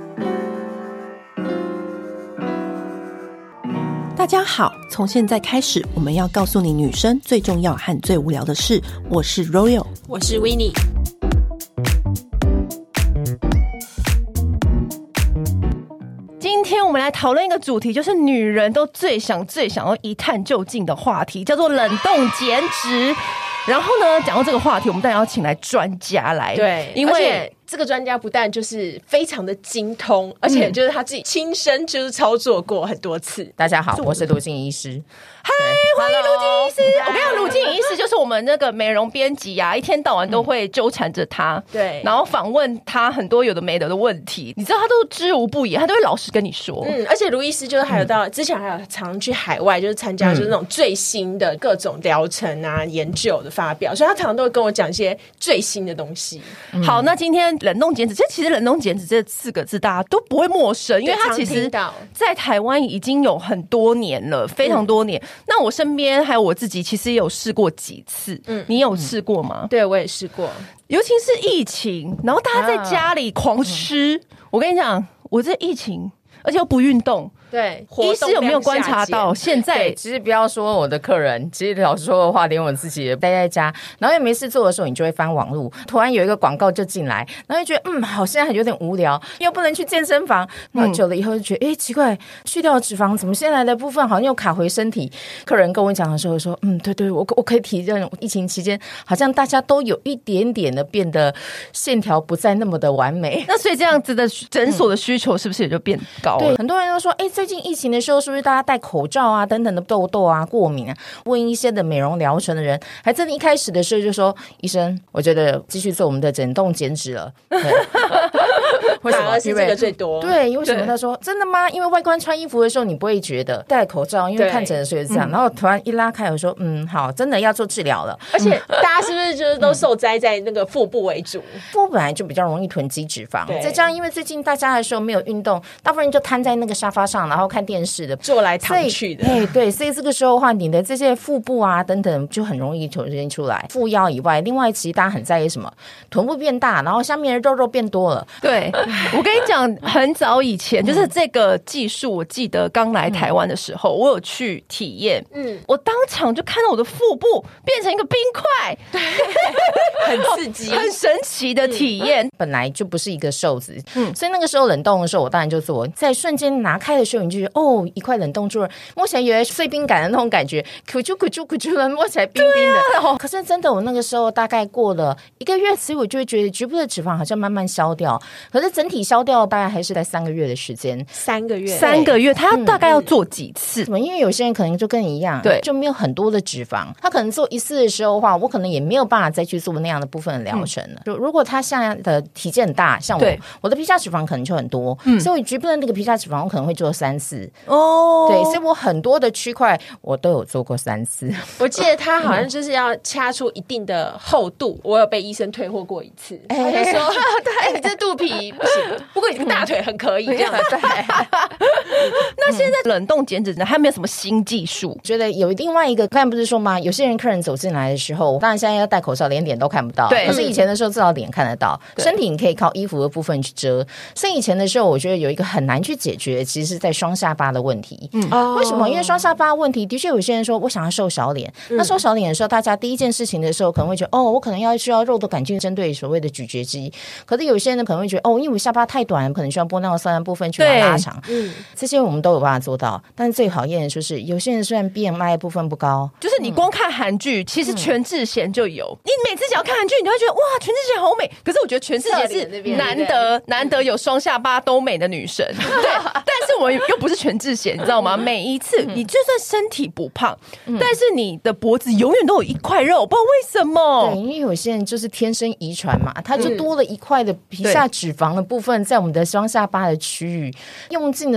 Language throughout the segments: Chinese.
大家好，从现在开始，我们要告诉你女生最重要和最无聊的事。我是 Royal， 我是 Winnie。 今天我们来讨论一个主题，就是女人都最想要一探究竟的话题，叫做冷冻减脂。然后呢，讲到这个话题，我们当然要请来专家来， 对， 因为这个专家不但就是非常的精通，而且就是他自己亲身就是操作过很多次。 大家好，我是卢静医师。 嗨，欢迎卢静医师。我跟你讲，卢静医师就是我们那个美容编辑啊，一天到晚都会纠缠着他， 对， 然后访问他很多有的没的问题，你知道他都知无不言，他都会老实跟你说。 而且卢医师就是还有到之前还有常去海外，就是参加就是那种最新的各种疗程啊、研究的发表，所以他常常都会跟我讲一些最新的东西。 好，那今天冷冻减脂，其实冷冻减脂这4个字大家都不会陌生，因为它其实在台湾已经有很多年了，非常多年。那我身边还有我自己，其实也有试过几次。你有试过吗？ 对，我也试过， 尤其是疫情，然后大家在家里狂吃。我跟你讲，我这疫情，而且又不运动。 对， 医师有没有观察到现在？ 其实不要说我的客人，其实老实说的话，连我自己也待在家，然后也没事做的时候，你就会翻网路，突然有一个广告就进来，然后就觉得好像有点无聊，又不能去健身房，然后久了以后就觉得奇怪，去掉脂肪怎么现在的部分好像又卡回身体。客人跟我讲的时候说，对，我可以体认疫情期间好像大家都有一点点的变得线条不再那么的完美。 那所以这样子的诊所的需求是不是也就变高了？ 对，很多人都说最近疫情的时候是不是大家戴口罩啊等等的痘痘啊过敏啊？问一些的美容疗程的人，还真的一开始的时候就说，医生我觉得继续做我们的冷冻减脂了。 为什么是这个最多？ 对，为什么？他说真的吗？因为外观穿衣服的时候你不会觉得戴口罩，因为看诊的时候也是这样，然后突然一拉开我说好，真的要做治疗了。 而且大家是不是就是都受灾在那个腹部为主？ 腹部本来就比较容易囤积脂肪，再加上因为最近大家的时候没有运动，大部分人就瘫在那个沙发上，然后看电视的， 坐来躺去的。 对，所以这个时候的话，你的这些腹部啊等等就很容易呈现出来。腹腰以外，另外其实大家很在意什么？臀部变大，然后下面的肉变多了。 对，我跟你讲，很早以前就是这个技术，我记得刚来台湾的时候，我有去体验。我当场就看到我的腹部变成一个冰块， 很刺激， 很神奇的体验。 本来就不是一个瘦子，所以那个时候冷冻的时候，我当然就做。在瞬间拿开的时候，你就觉得一块冷冻猪肉，摸起来有点碎冰感的那种感觉，咕啾咕啾咕啾的，摸起来冰冰的。可是真的，我那个时候大概过了1个月，所以我就会觉得局部的脂肪好像慢慢消掉。可是整体消掉大概还是在3个月的时间。 3个月 ，3个月，他大概要做几次？ 因为有些人可能就跟你一样， 对， 就没有很多的脂肪，他可能做1次的时候的话，我可能也没有办法再去做那样的部分的疗程了。如果他现在的体积很大，像我的皮下脂肪可能就很多，所以局部的那个皮下脂肪我可能会做3次。对，所以我很多的区块我都有做过3次。 我记得他好像就是要掐出一定的厚度，我有被医生退货过1次，他就说你这肚皮不行，不过你这个大腿很可以这样。对。 那现在冷冻减脂呢，还有没有什么新技术？ 觉得有另外一个，刚才不是说吗？有些人客人走进来的时候，当然现在要戴口罩，连脸都看不到。 对， 可是以前的时候至少脸看得到，身体你可以靠衣服的部分去遮。所以以前的时候，我觉得有一个很难去解决，其实是在双下巴的问题。为什么？因为双下巴问题，的确有些人说我想要瘦小脸，那瘦小脸的时候，大家第一件事情的时候可能会觉得我可能需要肉的杆菌针对所谓的咀嚼肌。可是有些人可能会觉得因为我下巴太短，可能需要玻尿酸的部分去把它拉长。这些我们都有办法做到，但是最讨厌的就是有些人虽然 BMI 的部分不高， 就是你光看韩剧，其实全智贤就有。你每次只要看韩剧，你就会觉得哇，全智贤好美。可是我觉得全智贤是难得有双下巴都美的女神。对，但是我又不是全智贤，你知道吗？每一次你就算身体不胖，但是你的脖子永远都有一块肉，不知道为什么。 对，因为有些人就是天生遗传嘛，他就多了一块的皮下脂肪的部分在我们的双下巴的区域，用尽了所有的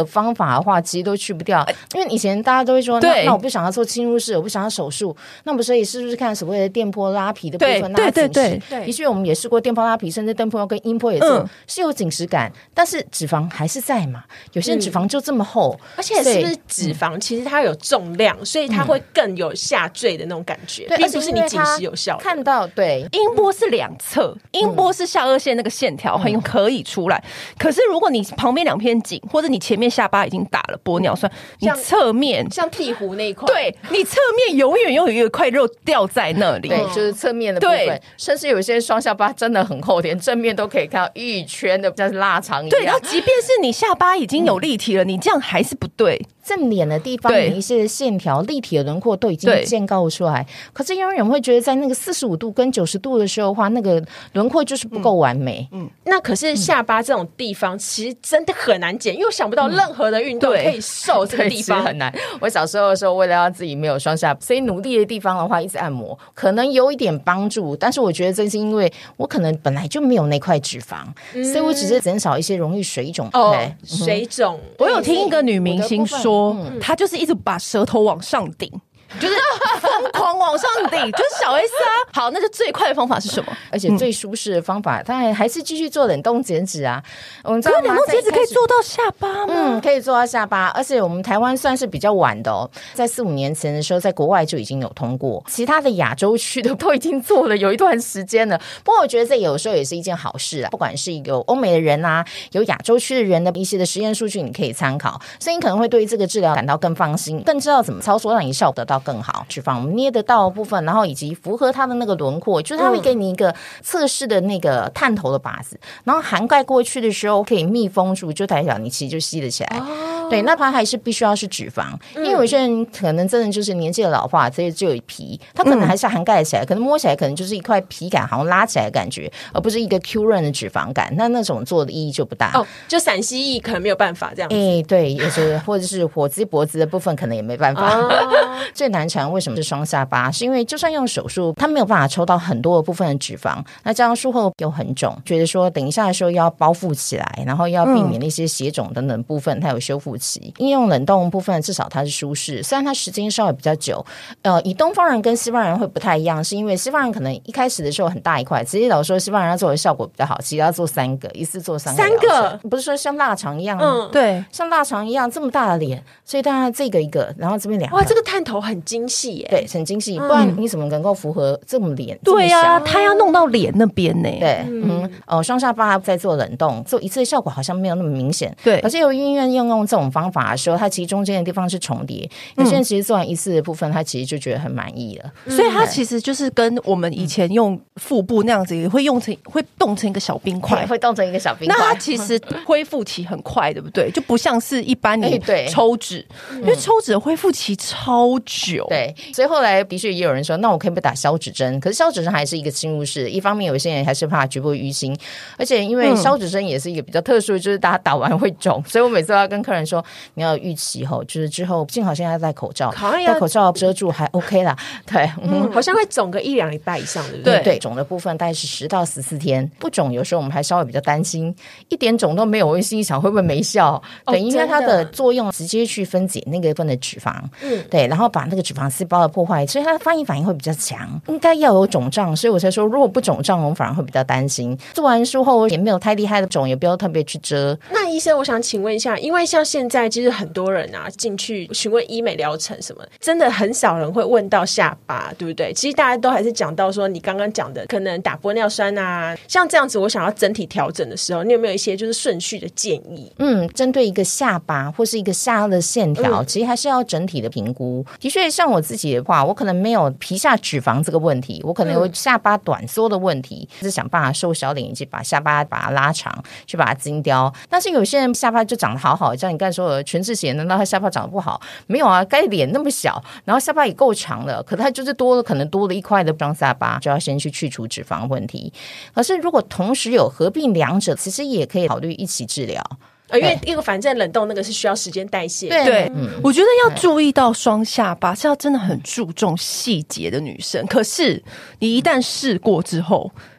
方法的话，其实都去不掉。因为以前大家都会说，那我不想要做侵入式，我不想要手术，那我们所以是不是看所谓的电波拉皮的部分拉紧实？的确，我们也试过电波拉皮，甚至电波跟音波也做，是有紧实感，但是脂肪还是在嘛。有些人脂肪就这么厚， 而且是不是脂肪其实它有重量，所以它会更有下坠的那种感觉，并不是你紧实有效。 看到对， 音波是两侧，音波是下颚线那个线条很可以出来，可是如果你旁边两片紧，或者你前面下巴已经打了玻尿酸，你侧面像屁股那一块， 对，你侧面永远有一块肉掉在那里， 对，就是侧面的部分，甚至有些双下巴真的很厚，连正面都可以看到一圈的，像是腊肠一样。 对，然后即便是你下巴已经有立体了，你这样还是不对。 正脸的地方有一些线条立体的轮廓都已经建构出来，可是有人会觉得在那个45度跟90度的时候的话，那个轮廓就是不够完美。 那可是下巴这种地方其实真的很难减，因为我想不到任何的运动可以瘦这个地方， 很难。我小时候的时候为了让自己没有双下巴，所以努力的地方的话一直按摩，可能有一点帮助，但是我觉得这是因为我可能本来就没有那块脂肪，所以我只是减少一些容易水肿。 水肿， 我有听一个女明星说，她就是一直把舌头往上顶，就是疯狂往上顶，就是小 S 啊。好，那就最快的方法是什么？ 而且最舒适的方法，当然还是继续做冷冻减脂啊。我们可是冷冻减脂可以做到下巴吗？ 可以做到下巴，而且我们台湾算是比较晚的哦，在4-5年前的时候，在国外就已经有通过，其他的亚洲区的都已经做了有一段时间了。不过我觉得这有时候也是一件好事啊，不管是有欧美的人啊，有亚洲区的人的一些的实验数据，你可以参考，所以你可能会对这个治疗感到更放心，更知道怎么操作，让你效果得到更好。脂肪我们捏得到的部分，然后以及符合它的那个轮廓，就是它会给你一个测试的那个探头的把子，然后涵盖过去的时候可以密封住，就代表你其实就吸得起来。对，那它还是必须要是脂肪，因为有些人可能真的就是年纪的老化，所以只有皮，它可能还是涵盖起来，可能摸起来可能就是一块皮感，好像拉起来的感觉，而不是一个 Q 润的脂肪感。那种做的意义就不大。 就散蜥蜴可能没有办法这样子。 对，也是，或者是火鸡脖子的部分可能也没办法。最难缠为什么是双下巴？是因为就算用手术，它没有办法抽到很多的部分的脂肪，那这样术后又很肿，觉得说等一下的时候要包覆起来，然后要避免那些血肿等等部分，它有修复期。应用冷冻部分至少它是舒适，虽然它时间稍微比较久。以东方人跟西方人会不太一样，是因为西方人可能一开始的时候很大一块，直接老说西方人要做的效果比较好，其实要做3个，一次做3个，不是说像腊肠一样， 对， 像腊肠一样这么大的脸，所以当然这个一个，然后这边2个。 哇，这个探头很精细耶， 对，很精细，不然你怎么能够符合这么脸？ 对啊，他要弄到脸那边呢。 对，双下巴在做冷冻，做一次的效果好像没有那么明显。 对， 可是有医院用这种方法的时候，它其实中间的地方是重叠。有些人其实做完一次的部分，他其实就觉得很满意了。 所以它其实就是跟我们以前用腹部那样子，也会冻成一个小冰块， 会冻成一个小冰块。 那它其实恢复期很快，对不对？就不像是一般你抽脂，因为抽脂的恢复期超久。 对，所以后来的确也有人说，那我可以不打消脂针？可是消脂针还是一个侵入式，一方面有一些人还是怕局部淤青，而且因为消脂针也是一个比较特殊的，就是大家打完会肿，所以我每次都要跟客人说，你要预期就是之后幸好现在戴口罩，戴口罩遮住还 OK 啦。对， 好像会肿个1-2礼拜以上，对不对？对，肿的部分大概是10到14天，不肿有时候我们还稍微比较担心，一点肿都没有，我心里想会不会没效？对，因为它的作用直接去分解那个部分的脂肪，对，然后把那个脂肪细胞的破坏，所以它的发炎反应会比较强，应该要有肿胀，所以我才说如果不肿胀，我们反而会比较担心。做完术后也没有太厉害的肿，也不要特别去遮。 那医生，我想请问一下，因为像现在其实很多人啊进去询问医美疗程什么，真的很少人会问到下巴，对不对？其实大家都还是讲到说你刚刚讲的可能打玻尿酸啊，像这样子我想要整体调整的时候，你有没有一些就是顺序的建议？ 针对一个下巴或是一个下颚的线条，其实还是要整体的评估。的确像我自己的话，我可能没有皮下脂肪这个问题，我可能有下巴短缩的问题，是想办法瘦小脸以及把下巴把它拉长，去把它精雕。但是有些人下巴就长得好好，像你刚才说的全智贤，难道他下巴长得不好？没有啊，该脸那么小，然后下巴也够长了，可他就是可能多了一块的双下巴，就要先去去除脂肪问题。可是如果同时有合并2者，其实也可以考虑一起治疗。 因为一个反正冷冻那个是需要时间代谢。 对，我觉得要注意到双下巴是要真的很注重细节的女生，可是你一旦试过之后，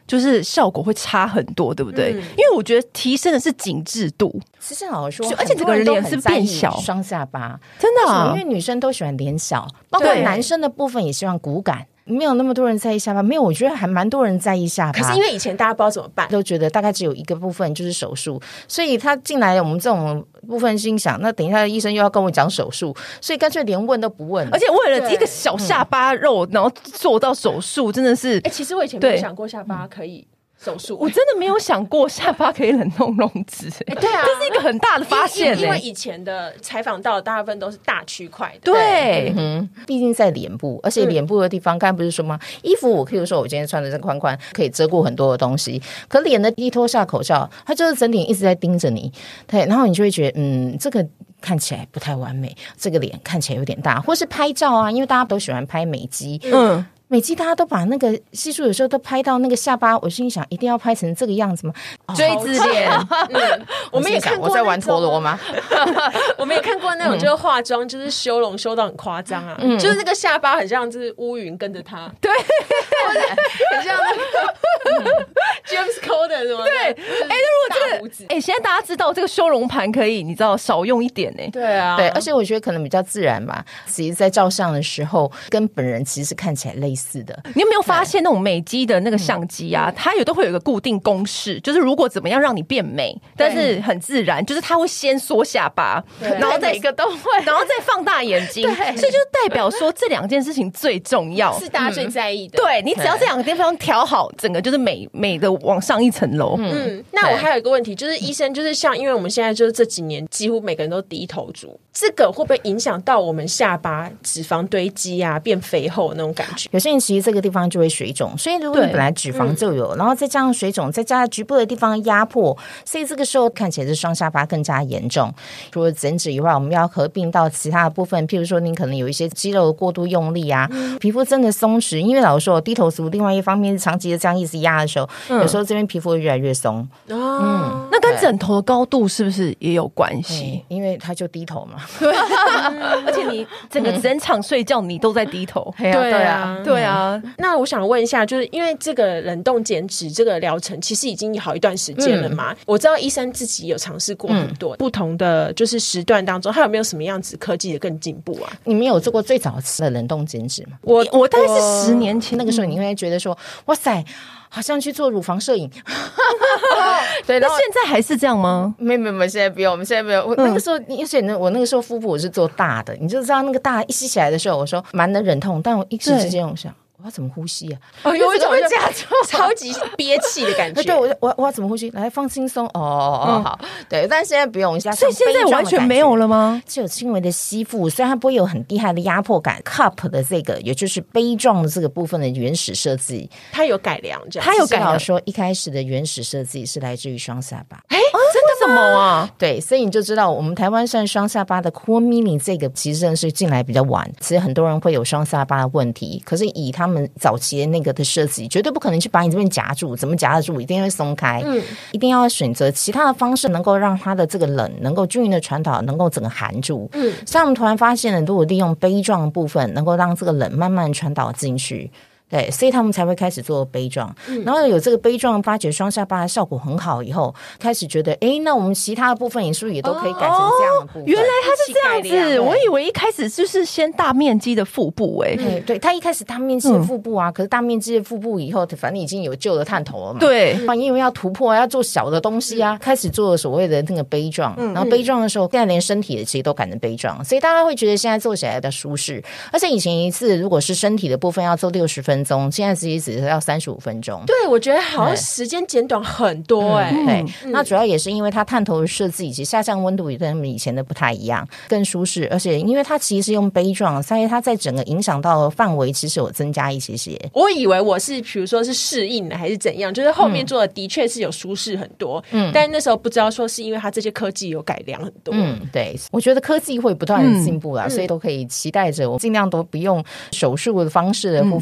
就是效果会差很多，对不对？因为我觉得提升的是紧致度。 其实老实说， 而且整个脸是变小， 双下巴真的因为女生都喜欢脸小，包括男生的部分也希望骨感。没有那么多人在意下巴，没有，我觉得还蛮多人在意下巴。 可是因为以前大家不知道怎么办， 都觉得大概只有一个部分就是手术，所以他进来我们这种部分心想，那等一下医生又要跟我讲手术，所以干脆连问都不问。 而且为了一个小下巴肉，然后做到手术，真的是。 其实我以前没有想过下巴可以手术， 我真的没有想过下巴可以冷冻溶脂。 对啊， 这是一个很大的发现。 因为以前的采访到的大部分都是大区块的， 对， 毕竟在脸部，而且脸部的地方，刚才不是说吗？衣服我譬如说我今天穿的这宽宽，可以遮过很多的东西，可脸的一脱下口罩，它就是整脸一直在盯着你，对，然后你就会觉得，这个看起来不太完美，这个脸看起来有点大，或是拍照啊，因为大家都喜欢拍美肌，美肌大家都把那个系数有时候都拍到那个下巴，我心里想，一定要拍成这个样子吗？ 锥子脸， 我们也看过， 我在玩陀螺吗？ 我们也看过那种，就是化妆，就是修容修到很夸张啊，就是那个下巴很像就是乌云跟着他， 对， 很像那个James Corden 什么的。 对，如果这个，现在大家知道这个修容盘可以，你知道少用一点呢。 对啊， 对，而且我觉得可能比较自然吧。其实，在照相的时候，跟本人其实看起来类似的。 你有没有发现那种美肌的那个相机啊？它都会有一个固定公式，就是如果怎么样让你变美，但是很自然，就是它会先缩下巴，然后再每个都会， 然后再放大眼睛，所以就代表说这两件事情最重要， 是大家最在意的。 对，你只要这两个地方调好，整个就是美的往上一层楼。 那我还有一个问题，就是医生，就是像因为我们现在就是这几年几乎每个人都低头族，这个会不会影响到我们下巴脂肪堆积啊，变肥厚那种感觉？ 有些人其实这个地方就会水肿，所以如果你本来脂肪就有，然后再加上水肿，再加上局部的地方压迫，所以这个时候看起来是双下巴更加严重。除了减脂以外，我们要合并到其他的部分，譬如说您可能有一些肌肉过度用力啊，皮肤真的松弛，因为老实说低头族另外一方面是长期的这样一直压的时候，有时候这边皮肤会越来越松。 那跟枕头的高度是不是也有关系？ 因为他就低头嘛。 对，而且你整场睡觉你都在低头。 对啊。那我想问一下，就是因为这个冷冻减脂这个疗程其实已经好一段时间了嘛，我知道医生自己有尝试过很多不同的就是时段当中，他有没有什么样子科技的更进步啊？ 你们有做过最早期的冷冻减脂吗？ 我大概是10年前， 那个时候你会觉得说，哇塞，好像去做乳房摄影。对， 那现在还是这样吗？ 没有，现在不用，我们现在没有。我那个时候，而且呢，我那个时候腹部我是做大的，你就知道那个大一吸起来的时候，我说蛮能忍痛，但我一时之间我想。我要怎么呼吸啊？ 有一种加重超级憋气的感觉。 对，我要怎么呼吸？来，放轻松。好。对，但现在不用， 所以现在完全没有了吗？ 只有轻微的吸附，虽然它不会有很厉害的压迫感。Cup 的这个，也就是杯状的这个部分的原始设计， 它有改良，这样。 它有改良说，一开始的原始设计是来自于双下巴。 真的吗？啊， 对，所以你就知道我们台湾算双下巴的 Core Mini 这个其实真的是进来比较晚，其实很多人会有双下巴的问题，可是以他们早期的那个的设计，绝对不可能去把你这边夹住，怎么夹得住？一定会松开，一定要选择其他的方式，能够让它的这个冷能够均匀的传导，能够整个含住。所以我们突然发现了，如果利用杯状的部分，能够让这个冷慢慢传导进去。对，所以他们才会开始做杯状，然后有这个杯状，发觉双下巴的效果很好以后，开始觉得，那我们其他的部分是不是也都可以改成这样的部分？ 原来它是这样子，我以为一开始就是先大面积的腹部， 对，他一开始大面积的腹部啊，可是大面积的腹部以后，反正已经有旧的探头了嘛， 对， 因为要突破，要做小的东西啊，开始做所谓的那个杯状，然后杯状的时候，现在连身体的其实都改成杯状，所以大家会觉得现在做起来比较舒适，而且以前一次如果是身体的部分要做60分钟，现在其实只是要35分钟。 对，我觉得好像时间减短很多对，那主要也是因为它探头的设计以及下降温度也跟以前的不太一样，更舒适，而且因为它其实是用杯状，所以它在整个影响到的范围其实有增加一些。 我以为我是比如说是适应的还是怎样，就是后面做的确是有舒适很多，但那时候不知道说是因为它这些科技有改良很多。 对，我觉得科技会不断的进步啦，所以都可以期待着我尽量都不用手术的方式的部分，那当然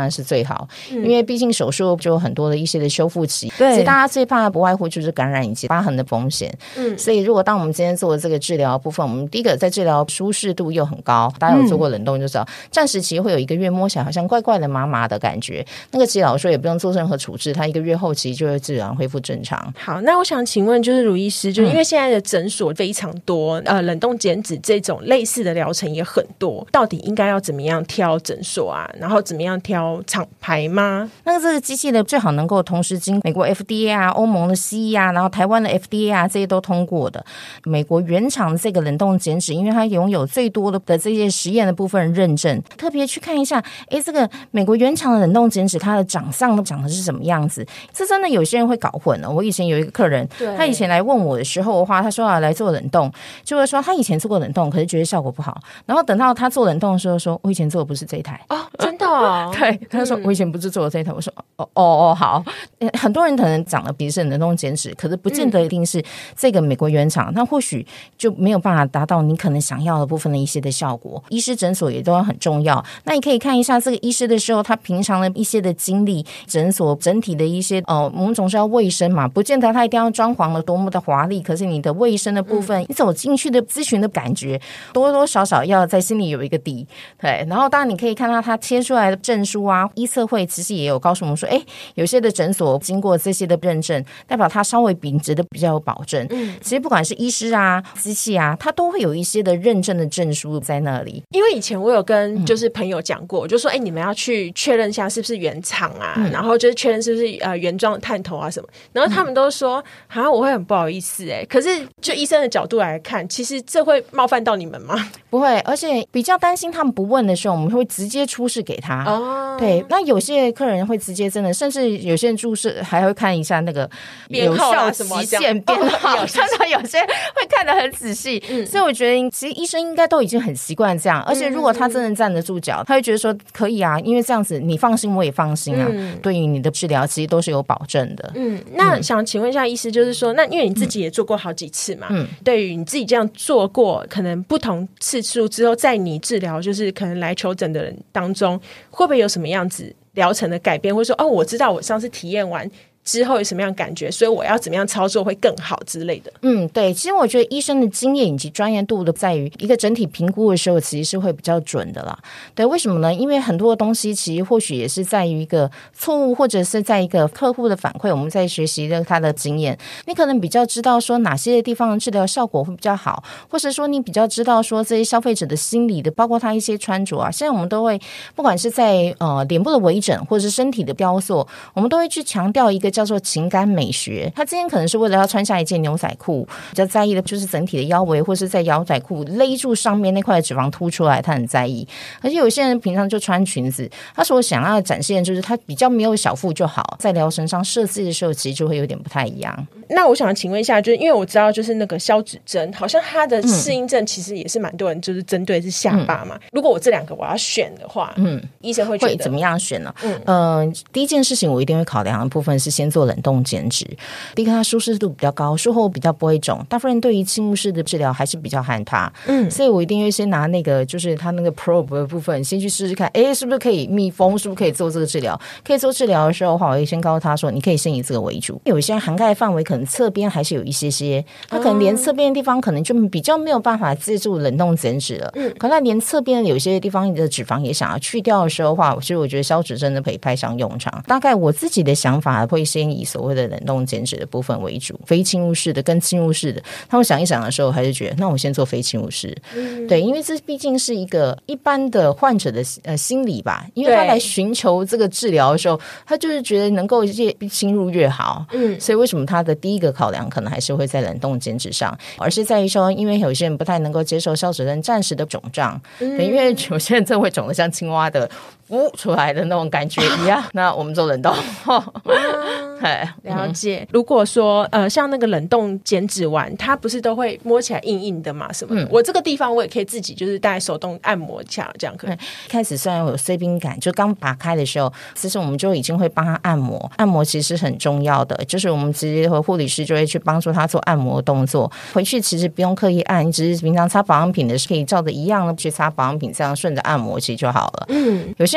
然是最好，因为毕竟手术就有很多的一些的修复期， 对， 所以大家最怕的不外乎就是感染以及疤痕的风险。所以如果当我们今天做的这个治疗部分，我们第一个在治疗舒适度又很高，大家有做过冷冻就知道，暂时期会有1个月摸起来好像怪怪的麻麻的感觉，那个其实老实说也不用做任何处置，它1个月后期就会自然恢复正常。 好，那我想请问就是卢医师，就是因为现在的诊所非常多，冷冻减脂这种类似的疗程也很多，到底应该要怎么样挑诊所啊？然后怎么样挑厂牌吗？ 那这个机器的最好能够同时经美国 FDA 啊、欧盟的 CE 啊，然后台湾的 FDA 啊，这些都通过的。美国原厂的这个冷冻减脂，因为它拥有最多的这些实验的部分认证，特别去看一下，这个美国原厂的冷冻减脂，它的长相都长的是什么样子？这真的有些人会搞混了。我以前有一个客人，他以前来问我的时候的话，他说要来做冷冻，就会说他以前做过冷冻，可是觉得效果不好。然后等到他做冷冻的时候说，我以前做的不是这一台哦，真的哦。 对，他说我以前不是做的这一台。我说哦好。很多人可能长得鼻是冷冻减脂，可是不见得一定是这个美国原厂，那或许就没有办法达到你可能想要的部分的一些的效果。医师诊所也都很重要，那你可以看一下这个医师的时候，他平常的一些的经历，诊所整体的一些我们总是要卫生嘛，不见得他一定要装潢的多么的华丽，可是你的卫生的部分，你走进去的咨询的感觉，多多少少要在心里有一个底。对，然后当然你可以看到他贴出来的证书啊，医测会其实也有告诉我们说，有些的诊所经过这些的认证，代表它稍微品质的比较有保证。其实不管是医师啊、机器啊，它都会有一些的认证的证书在那里。 因为以前我有跟就是朋友讲过，我就说你们要去确认一下是不是原厂啊，然后就是确认是不是原装的探头啊什么，然后他们都说我会很不好意思可是就医生的角度来看，其实这会冒犯到你们吗？ 不会，而且比较担心他们不问的时候，我们会直接出示给他。对，那有些客人会直接真的，甚至有些人注释还会看一下那个有效期限编号，真的有些会看得很仔细。所以我觉得其实医生应该都已经很习惯这样，而且如果他真的站得住脚，他会觉得说可以啊，因为这样子你放心我也放心啊，对于你的治疗其实都是有保证的。 那想请问一下医师，就是说那因为你自己也做过好几次嘛，对于你自己这样做过可能不同次数之后，在你治疗就是可能来求诊的人当中，会不会有什么样子疗程的改变，或者说我知道我上次体验完之后有什么样的感觉，所以我要怎么样操作会更好之类的。 对，其实我觉得医生的经验以及专业度的在于一个整体评估的时候其实是会比较准的啦。对，为什么呢？因为很多的东西其实或许也是在于一个错误，或者是在一个客户的反馈，我们在学习的他的经验，你可能比较知道说哪些地方的治疗效果会比较好，或者说你比较知道说这些消费者的心理的，包括他一些穿着啊，现在我们都会不管是在脸部的微整或者是身体的雕塑，我们都会去强调一个叫做情感美学。他今天可能是为了要穿下一件牛仔裤，比较在意的就是整体的腰围，或是在牛仔裤勒住上面那块脂肪凸出来，他很在意。而且有些人平常就穿裙子，他所想要展现的就是他比较没有小腹就好，在疗程上设计的时候其实就会有点不太一样。 那我想请问一下，就是因为我知道就是那个消脂针好像它的适应症其实也是蛮多人就是针对是下巴嘛，如果我这两个我要选的话，医生会觉得会怎么样选呢？第一件事情我一定会考量的部分是先做冷冻减脂。第一个它舒适度比较高，术后比较不会肿，大部分人对于侵入式的治疗还是比较害怕，所以我一定会先拿那个就是它那个 probe 的部分先去试试看，是不是可以密封，是不是可以做这个治疗。可以做治疗的时候的话，我会先告诉他说你可以先以这个为主，有一些涵盖范围可能侧边还是有一些，他可能连侧边的地方可能就比较没有办法借助冷冻减脂了，可能连侧边有些地方你的脂肪也想要去掉的时候的话，其实我觉得消脂真的可以派上用场。大概我自己的想法会先以所谓的冷冻减脂的部分为主，非侵入式的跟侵入式的，他们想一想的时候还是觉得那我先做非侵入式，对，因为这毕竟是一个一般的患者的心理吧，因为他来寻求这个治疗的时候，他就是觉得能够越侵入越好，所以为什么他的第一个考量可能还是会在冷冻减脂上，而是在于说因为有些人不太能够接受消脂针暂时的肿胀，因为有些人真的会肿得像青蛙的出来的那种感觉一样那我们做冷冻了解。如果说像那个冷冻减脂丸，它不是都会摸起来硬硬的嘛什么的，我这个地方我也可以自己就是大概手动按摩一下，这样可以。 开始虽然有碎冰感，就刚拔开的时候其实我们就已经会帮他按摩，按摩其实很重要的，就是我们直接和护理师就会去帮助他做按摩动作，回去其实不用刻意按，只是平常擦保养品的是可以照着一样的去擦保养品，这样顺着按摩其实就好了。有些人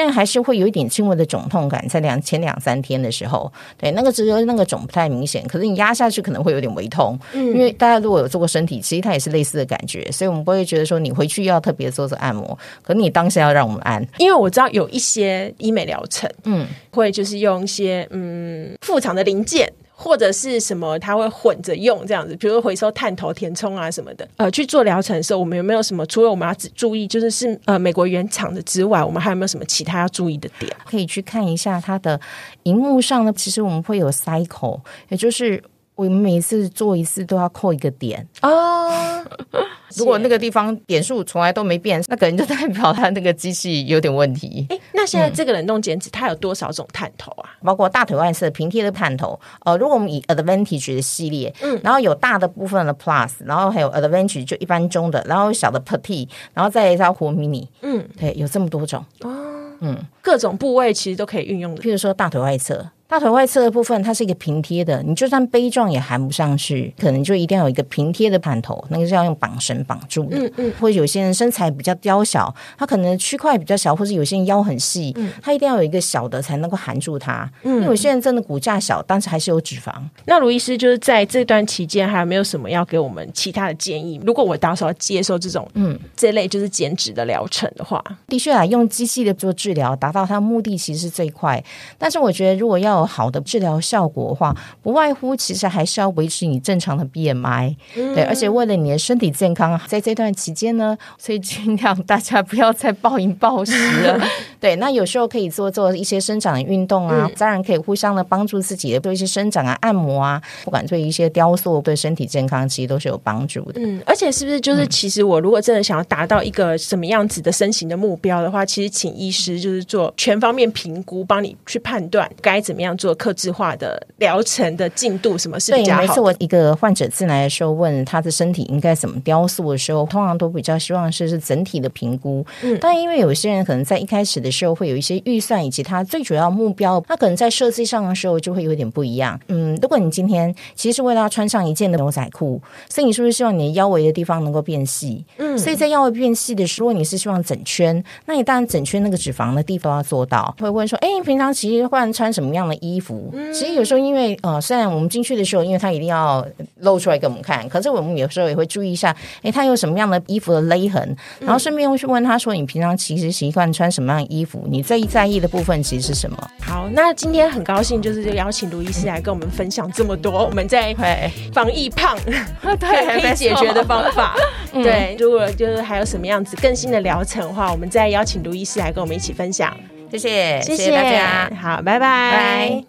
人还是会有一点轻微的肿痛感，在前2-3天的时候，对，那个只有那个肿不太明显，可是你压下去可能会有点微痛，因为大家如果有做过身体，其实它也是类似的感觉，所以我们不会觉得说你回去要特别做按摩，可是你当下要让我们按。 因为我知道有一些医美疗程，会就是用一些副厂的零件。或者是什么它会混着用这样子，比如说回收探头填充啊什么的，去做疗程的时候我们有没有什么除了我们要注意就是美国原厂的之外，我们还有没有什么其他要注意的点？ 可以去看一下它的荧幕上呢，其实我们会有 cycle， 也就是我们每一次做一次都要扣一个点哦。如果那个地方点数从来都没变，那可能就代表它那个机器有点问题。 那现在这个冷冻减脂它有多少种探头啊？ 包括大腿外侧平贴的探头，如果我们以 Advantage 的系列，然后有大的部分的 Plus， 然后还有 Advantage 就一般中的，然后小的 Petite， 然后再到活 Mini， 对，有这么多种各种部位其实都可以运用的。 譬如说大腿外侧。大腿外侧的部分它是一个平贴的，你就算杯状也含不上去，可能就一定要有一个平贴的探头，那个是要用绑绳绑住的。或者有些人身材比较娇小，他可能区块比较小，或者有些人腰很细，他一定要有一个小的才能够含住它。因为有些人真的骨架小，但是还是有脂肪。 那卢医师就是在这段期间还有没有什么要给我们其他的建议？如果我到时候接受这种这类就是减脂的疗程的话， 的确用机器的做治疗达到它的目的其实是最快，但是我觉得如果要有好的治疗效果的话，不外乎其实还是要维持你正常的 BMI，对，而且为了你的身体健康，在这段期间呢，所以尽量大家不要再暴饮暴食了。对，那有时候可以做一些伸展的运动啊，当然可以互相的帮助自己的，做一些伸展啊、按摩啊，不管对一些雕塑对身体健康其实都是有帮助的。 而且是不是就是其实我如果真的想要达到一个什么样子的身形的目标的话，其实请医师就是做全方面评估，帮你去判断该怎么样做客制化的疗程的进度，什么是比较好的。 对，每次我一个患者进来的时候问他的身体应该怎么雕塑的时候，通常都比较希望是整体的评估。但因为有些人可能在一开始的时候会有一些预算以及他最主要目标，他可能在设计上的时候就会有点不一样。如果你今天其实是为了要穿上一件的牛仔裤，所以你是不是希望你的腰围的地方能够变细？所以在腰围变细的时候，如果你是希望整圈，那你当然整圈那个脂肪的地方要做到。会问说，你平常其实换穿什么样的衣服？其实有时候因为虽然我们进去的时候，因为它一定要露出来给我们看，可是我们有时候也会注意一下，它有什么样的衣服的勒痕，然后顺便会去问他说，你平常其实习惯穿什么样的衣服？你最在意的部分其实是什么？ 好，那今天很高兴就是邀请卢医师来跟我们分享这么多我们在防疫胖可以解决的方法。对，如果就是还有什么样子更新的疗程的话，我们再邀请卢医师来跟我们一起分享。 谢谢大家， 好，拜拜。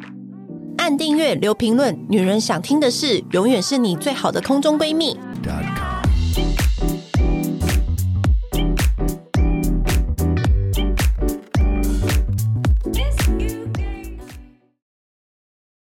按订阅，留评论，女人想听的事，永远是你最好的空中闺蜜。